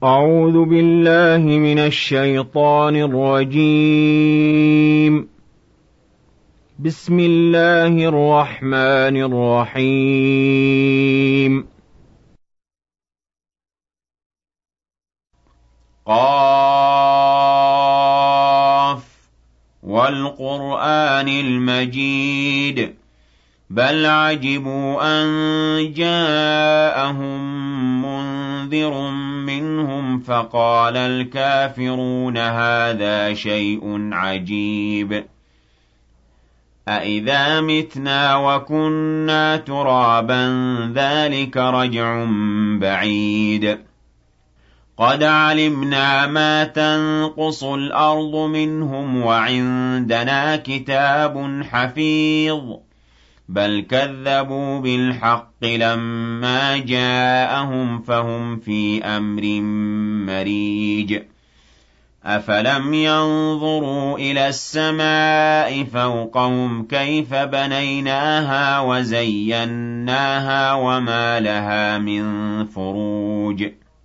أعوذ بالله من الشيطان الرجيم. بسم الله الرحمن الرحيم. قاف والقرآن المجيد بل عجبوا أن جاءهم منذر منهم فقال الكافرون هذا شيء عجيب أإذا متنا وكنا ترابا ذلك رجع بعيد قد علمنا ما تنقص الأرض منهم وعندنا كتاب حفيظ بل كذبوا بالحق لما جاءهم فهم في أمر مريج أفلم ينظروا إلى السماء فوقهم كيف بنيناها وزيناها وما لها من فروج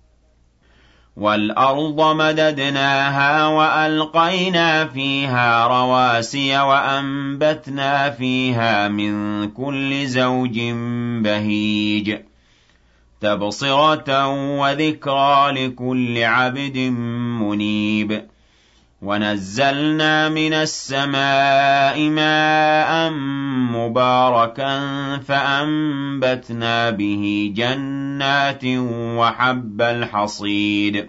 والأرض مددناها وألقينا فيها رواسي وأنبتنا فيها من كل زوج بهيج تبصرة وذكرى لكل عبد منيب ونزلنا من السماء ماء مباركا فأنبتنا به جنات وحب الحصيد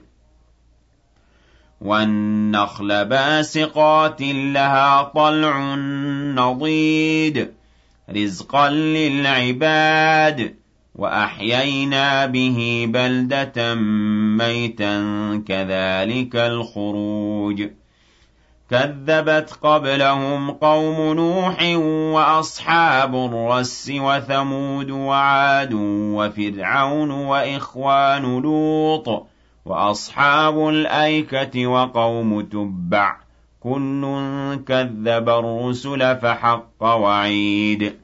والنخل باسقات لها طلع نضيد رزقا للعباد وأحيينا به بلدة ميتا كذلك الخروج كذبت قبلهم قوم نوح وأصحاب الرس وثمود وعاد وفرعون وإخوان لوط وأصحاب الأيكة وقوم تبع كل كذب الرسل فحق وعيد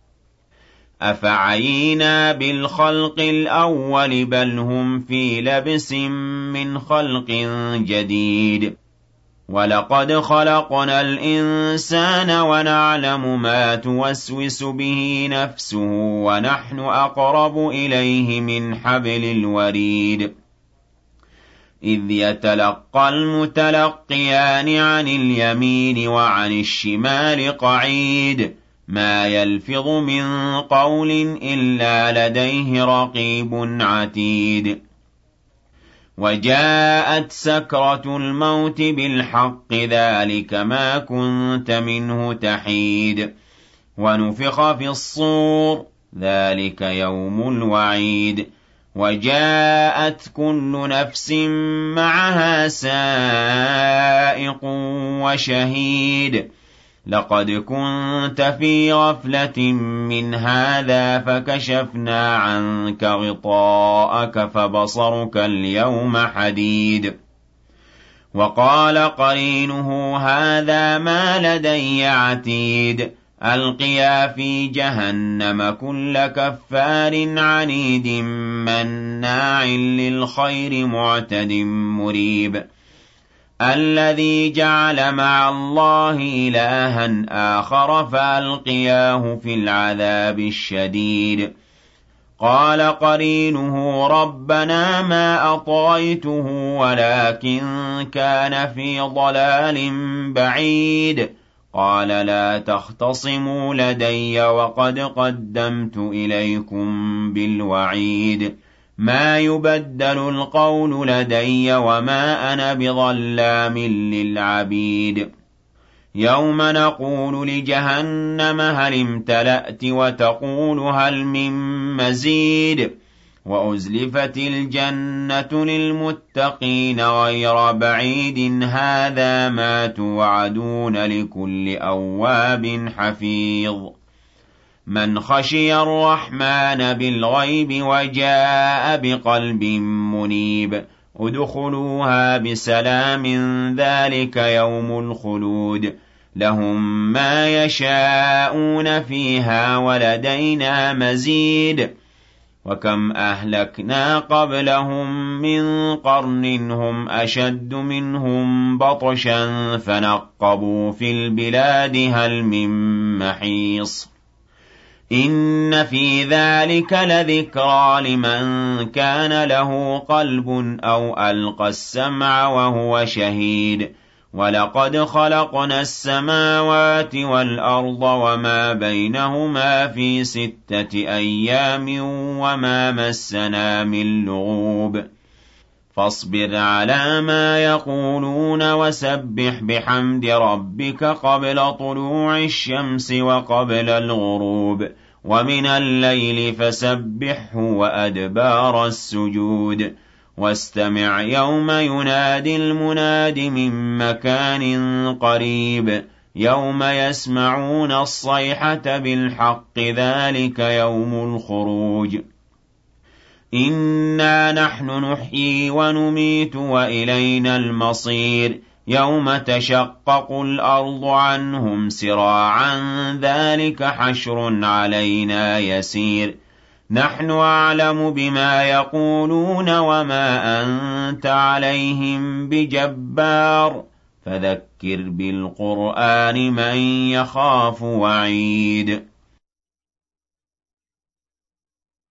أفعينا بالخلق الأول بل هم في لبس من خلق جديد ولقد خلقنا الإنسان ونعلم ما توسوس به نفسه ونحن أقرب إليه من حبل الوريد إذ يتلقى المتلقيان عن اليمين وعن الشمال قعيد ما يلفظ من قول إلا لديه رقيب عتيد وجاءت سكرة الموت بالحق ذلك ما كنت منه تحيد ونفخ في الصور ذلك يوم الوعيد وجاءت كل نفس معها سائق وشهيد لقد كنت في غفلة من هذا فكشفنا عنك غطاءك فبصرك اليوم حديد وقال قرينه هذا ما لدي عتيد ألقيا في جهنم كل كفار عنيد مناع للخير معتد مريب الذي جعل مع الله إلها آخر فألقياه في العذاب الشديد قال قرينه ربنا ما أطغيته ولكن كان في ضلال بعيد قال لا تختصموا لدي وقد قدمت إليكم بالوعيد ما يبدل القول لدي وما أنا بظلام للعبيد يوم نقول لجهنم هل امتلأت وتقول هل من مزيد وأزلفت الجنة للمتقين غير بعيد هذا ما توعدون لكل أواب حفيظ من خشي الرحمن بالغيب وجاء بقلب منيب ادخلوها بسلام ذلك يوم الخلود لهم ما يشاءون فيها ولدينا مزيد وَكَمْ أَهْلَكْنَا قَبْلَهُم مِّن قَرْنٍ هُمْ أَشَدُّ مِنْهُم بَطْشًا فَنَقَّبُوا فِي الْبِلَادِ هَلْ مِن مَّحِيصٍ إِنَّ فِي ذَلِكَ لَذِكْرَىٰ لِمَن كَانَ لَهُ قَلْبٌ أَوْ أَلْقَى السَّمْعَ وَهُوَ شَهِيدٌ وَلَقَدْ خَلَقْنَا السَّمَاوَاتِ وَالْأَرْضَ وَمَا بَيْنَهُمَا فِي 6 أَيَّامٍ وَمَا مَسَّنَا مِن لُّغُوبٍ فاصبر على ما يقولون وسبح بحمد ربك قبل طلوع الشمس وقبل الغروب ومن الليل فسبحه وأدبار السجود واستمع يوم ينادي المناد من مكان قريب يوم يسمعون الصيحة بالحق ذلك يوم الخروج إِنَّا نَحْنُ نُحْيِي وَنُمِيتُ وَإِلَيْنَا الْمَصِيرُ يَوْمَ تَشَقَّقُ الْأَرْضُ عَنْهُمْ سِرَاعًا ذَلِكَ حَشْرٌ عَلَيْنَا يَسِيرٌ نَحْنُ أَعْلَمُ بِمَا يَقُولُونَ وَمَا أَنتَ عَلَيْهِم بِجَبَّارٍ فَذَكِّرْ بِالْقُرْآنِ مَن يَخَافُ وَعِيدِ